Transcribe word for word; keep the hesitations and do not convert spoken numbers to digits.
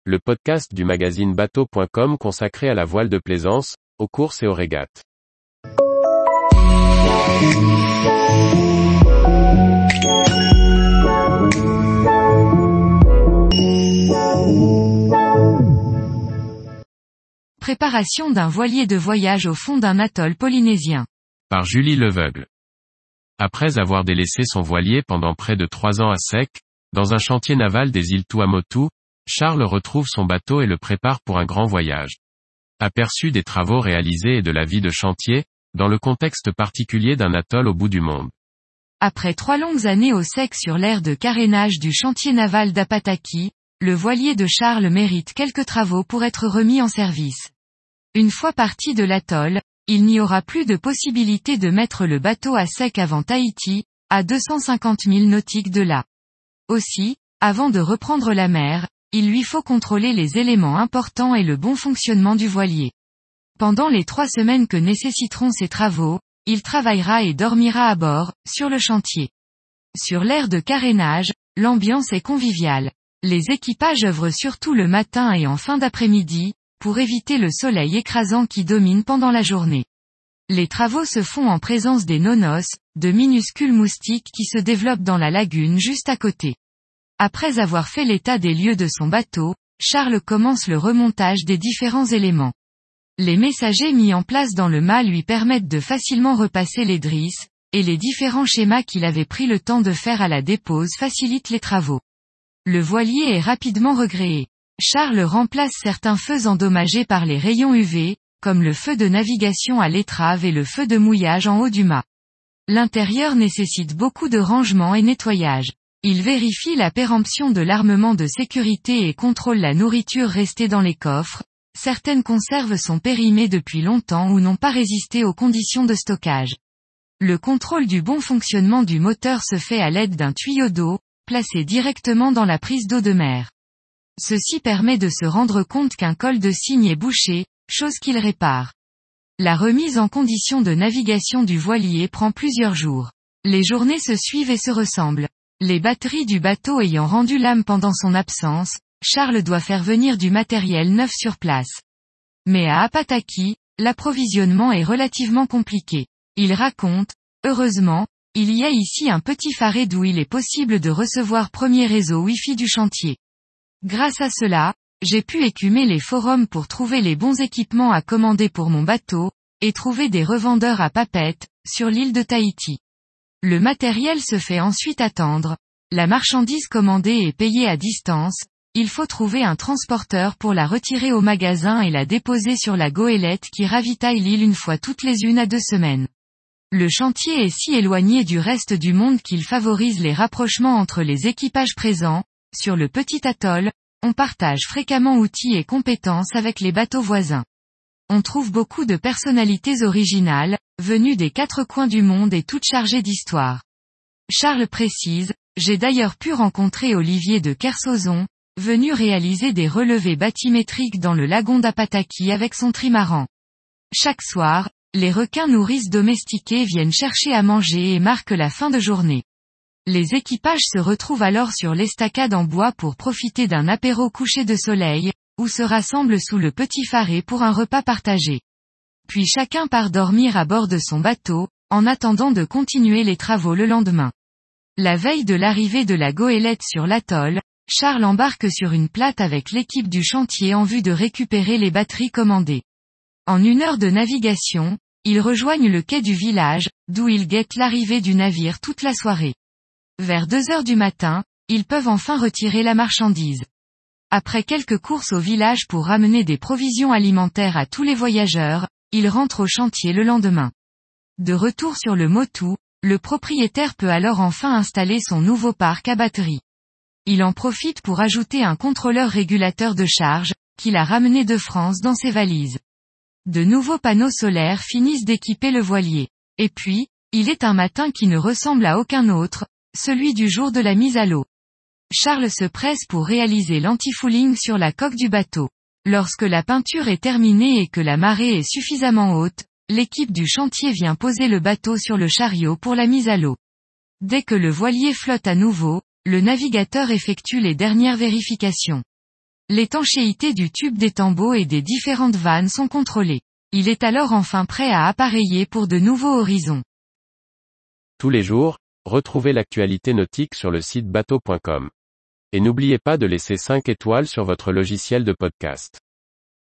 le podcast du magazine bateau point com consacré à la voile de plaisance, aux courses et aux régates. Préparation d'un voilier de voyage au fond d'un atoll polynésien. Par Julie Leveugle. Après avoir délaissé son voilier pendant près de trois ans à sec, dans un chantier naval des îles Tuamotu, Charles retrouve son bateau et le prépare pour un grand voyage. Aperçu des travaux réalisés et de la vie de chantier, dans le contexte particulier d'un atoll au bout du monde. Après trois longues années au sec sur l'aire de carénage du chantier naval d'Apataki, le voilier de Charles mérite quelques travaux pour être remis en service. Une fois parti de l'atoll, il n'y aura plus de possibilité de mettre le bateau à sec avant Tahiti, à deux cent cinquante milles nautiques de là. Aussi, avant de reprendre la mer, il lui faut contrôler les éléments importants et le bon fonctionnement du voilier. Pendant les trois semaines que nécessiteront ces travaux, il travaillera et dormira à bord, sur le chantier. Sur l'aire de carénage, l'ambiance est conviviale. Les équipages œuvrent surtout le matin et en fin d'après-midi, pour éviter le soleil écrasant qui domine pendant la journée. Les travaux se font en présence des nonos, de minuscules moustiques qui se développent dans la lagune juste à côté. Après avoir fait l'état des lieux de son bateau, Charles commence le remontage des différents éléments. Les messagers mis en place dans le mât lui permettent de facilement repasser les drisses, et les différents schémas qu'il avait pris le temps de faire à la dépose facilitent les travaux. Le voilier est rapidement regréé. Charles remplace certains feux endommagés par les rayons U V, comme le feu de navigation à l'étrave et le feu de mouillage en haut du mât. L'intérieur nécessite beaucoup de rangement et nettoyage. Il vérifie la péremption de l'armement de sécurité et contrôle la nourriture restée dans les coffres. Certaines conserves sont périmées depuis longtemps ou n'ont pas résisté aux conditions de stockage. Le contrôle du bon fonctionnement du moteur se fait à l'aide d'un tuyau d'eau, placé directement dans la prise d'eau de mer. Ceci permet de se rendre compte qu'un col de cygne est bouché, chose qu'il répare. La remise en condition de navigation du voilier prend plusieurs jours. Les journées se suivent et se ressemblent. Les batteries du bateau ayant rendu l'âme pendant son absence, Charles doit faire venir du matériel neuf sur place. Mais à Apataki, l'approvisionnement est relativement compliqué. Il raconte, heureusement, il y a ici un petit phare d'où il est possible de recevoir premier réseau Wi-Fi du chantier. Grâce à cela, j'ai pu écumer les forums pour trouver les bons équipements à commander pour mon bateau, et trouver des revendeurs à Papeete, sur l'île de Tahiti. Le matériel se fait ensuite attendre, la marchandise commandée est payée à distance, il faut trouver un transporteur pour la retirer au magasin et la déposer sur la goélette qui ravitaille l'île une fois toutes les une à deux semaines. Le chantier est si éloigné du reste du monde qu'il favorise les rapprochements entre les équipages présents. Sur le petit atoll, on partage fréquemment outils et compétences avec les bateaux voisins. On trouve beaucoup de personnalités originales, venues des quatre coins du monde et toutes chargées d'histoire. Charles précise, j'ai d'ailleurs pu rencontrer Olivier de Kersozon, venu réaliser des relevés bathymétriques dans le lagon d'Apataki avec son trimaran. Chaque soir, les requins nourrices domestiqués viennent chercher à manger et marquent la fin de journée. Les équipages se retrouvent alors sur l'estacade en bois pour profiter d'un apéro couché de soleil, ou se rassemblent sous le petit phare pour un repas partagé. Puis chacun part dormir à bord de son bateau, en attendant de continuer les travaux le lendemain. La veille de l'arrivée de la goélette sur l'atoll, Charles embarque sur une plate avec l'équipe du chantier en vue de récupérer les batteries commandées. En une heure de navigation, ils rejoignent le quai du village, d'où ils guettent l'arrivée du navire toute la soirée. Vers deux heures du matin, ils peuvent enfin retirer la marchandise. Après quelques courses au village pour ramener des provisions alimentaires à tous les voyageurs, ils rentrent au chantier le lendemain. De retour sur le Motu, le propriétaire peut alors enfin installer son nouveau parc à batterie. Il en profite pour ajouter un contrôleur régulateur de charge, qu'il a ramené de France dans ses valises. De nouveaux panneaux solaires finissent d'équiper le voilier. Et puis, il est un matin qui ne ressemble à aucun autre, celui du jour de la mise à l'eau. Charles se presse pour réaliser l'antifouling sur la coque du bateau. Lorsque la peinture est terminée et que la marée est suffisamment haute, l'équipe du chantier vient poser le bateau sur le chariot pour la mise à l'eau. Dès que le voilier flotte à nouveau, le navigateur effectue les dernières vérifications. L'étanchéité du tube d'étambot et des différentes vannes sont contrôlées. Il est alors enfin prêt à appareiller pour de nouveaux horizons. Tous les jours, retrouvez l'actualité nautique sur le site bateau point com. Et n'oubliez pas de laisser cinq étoiles sur votre logiciel de podcast.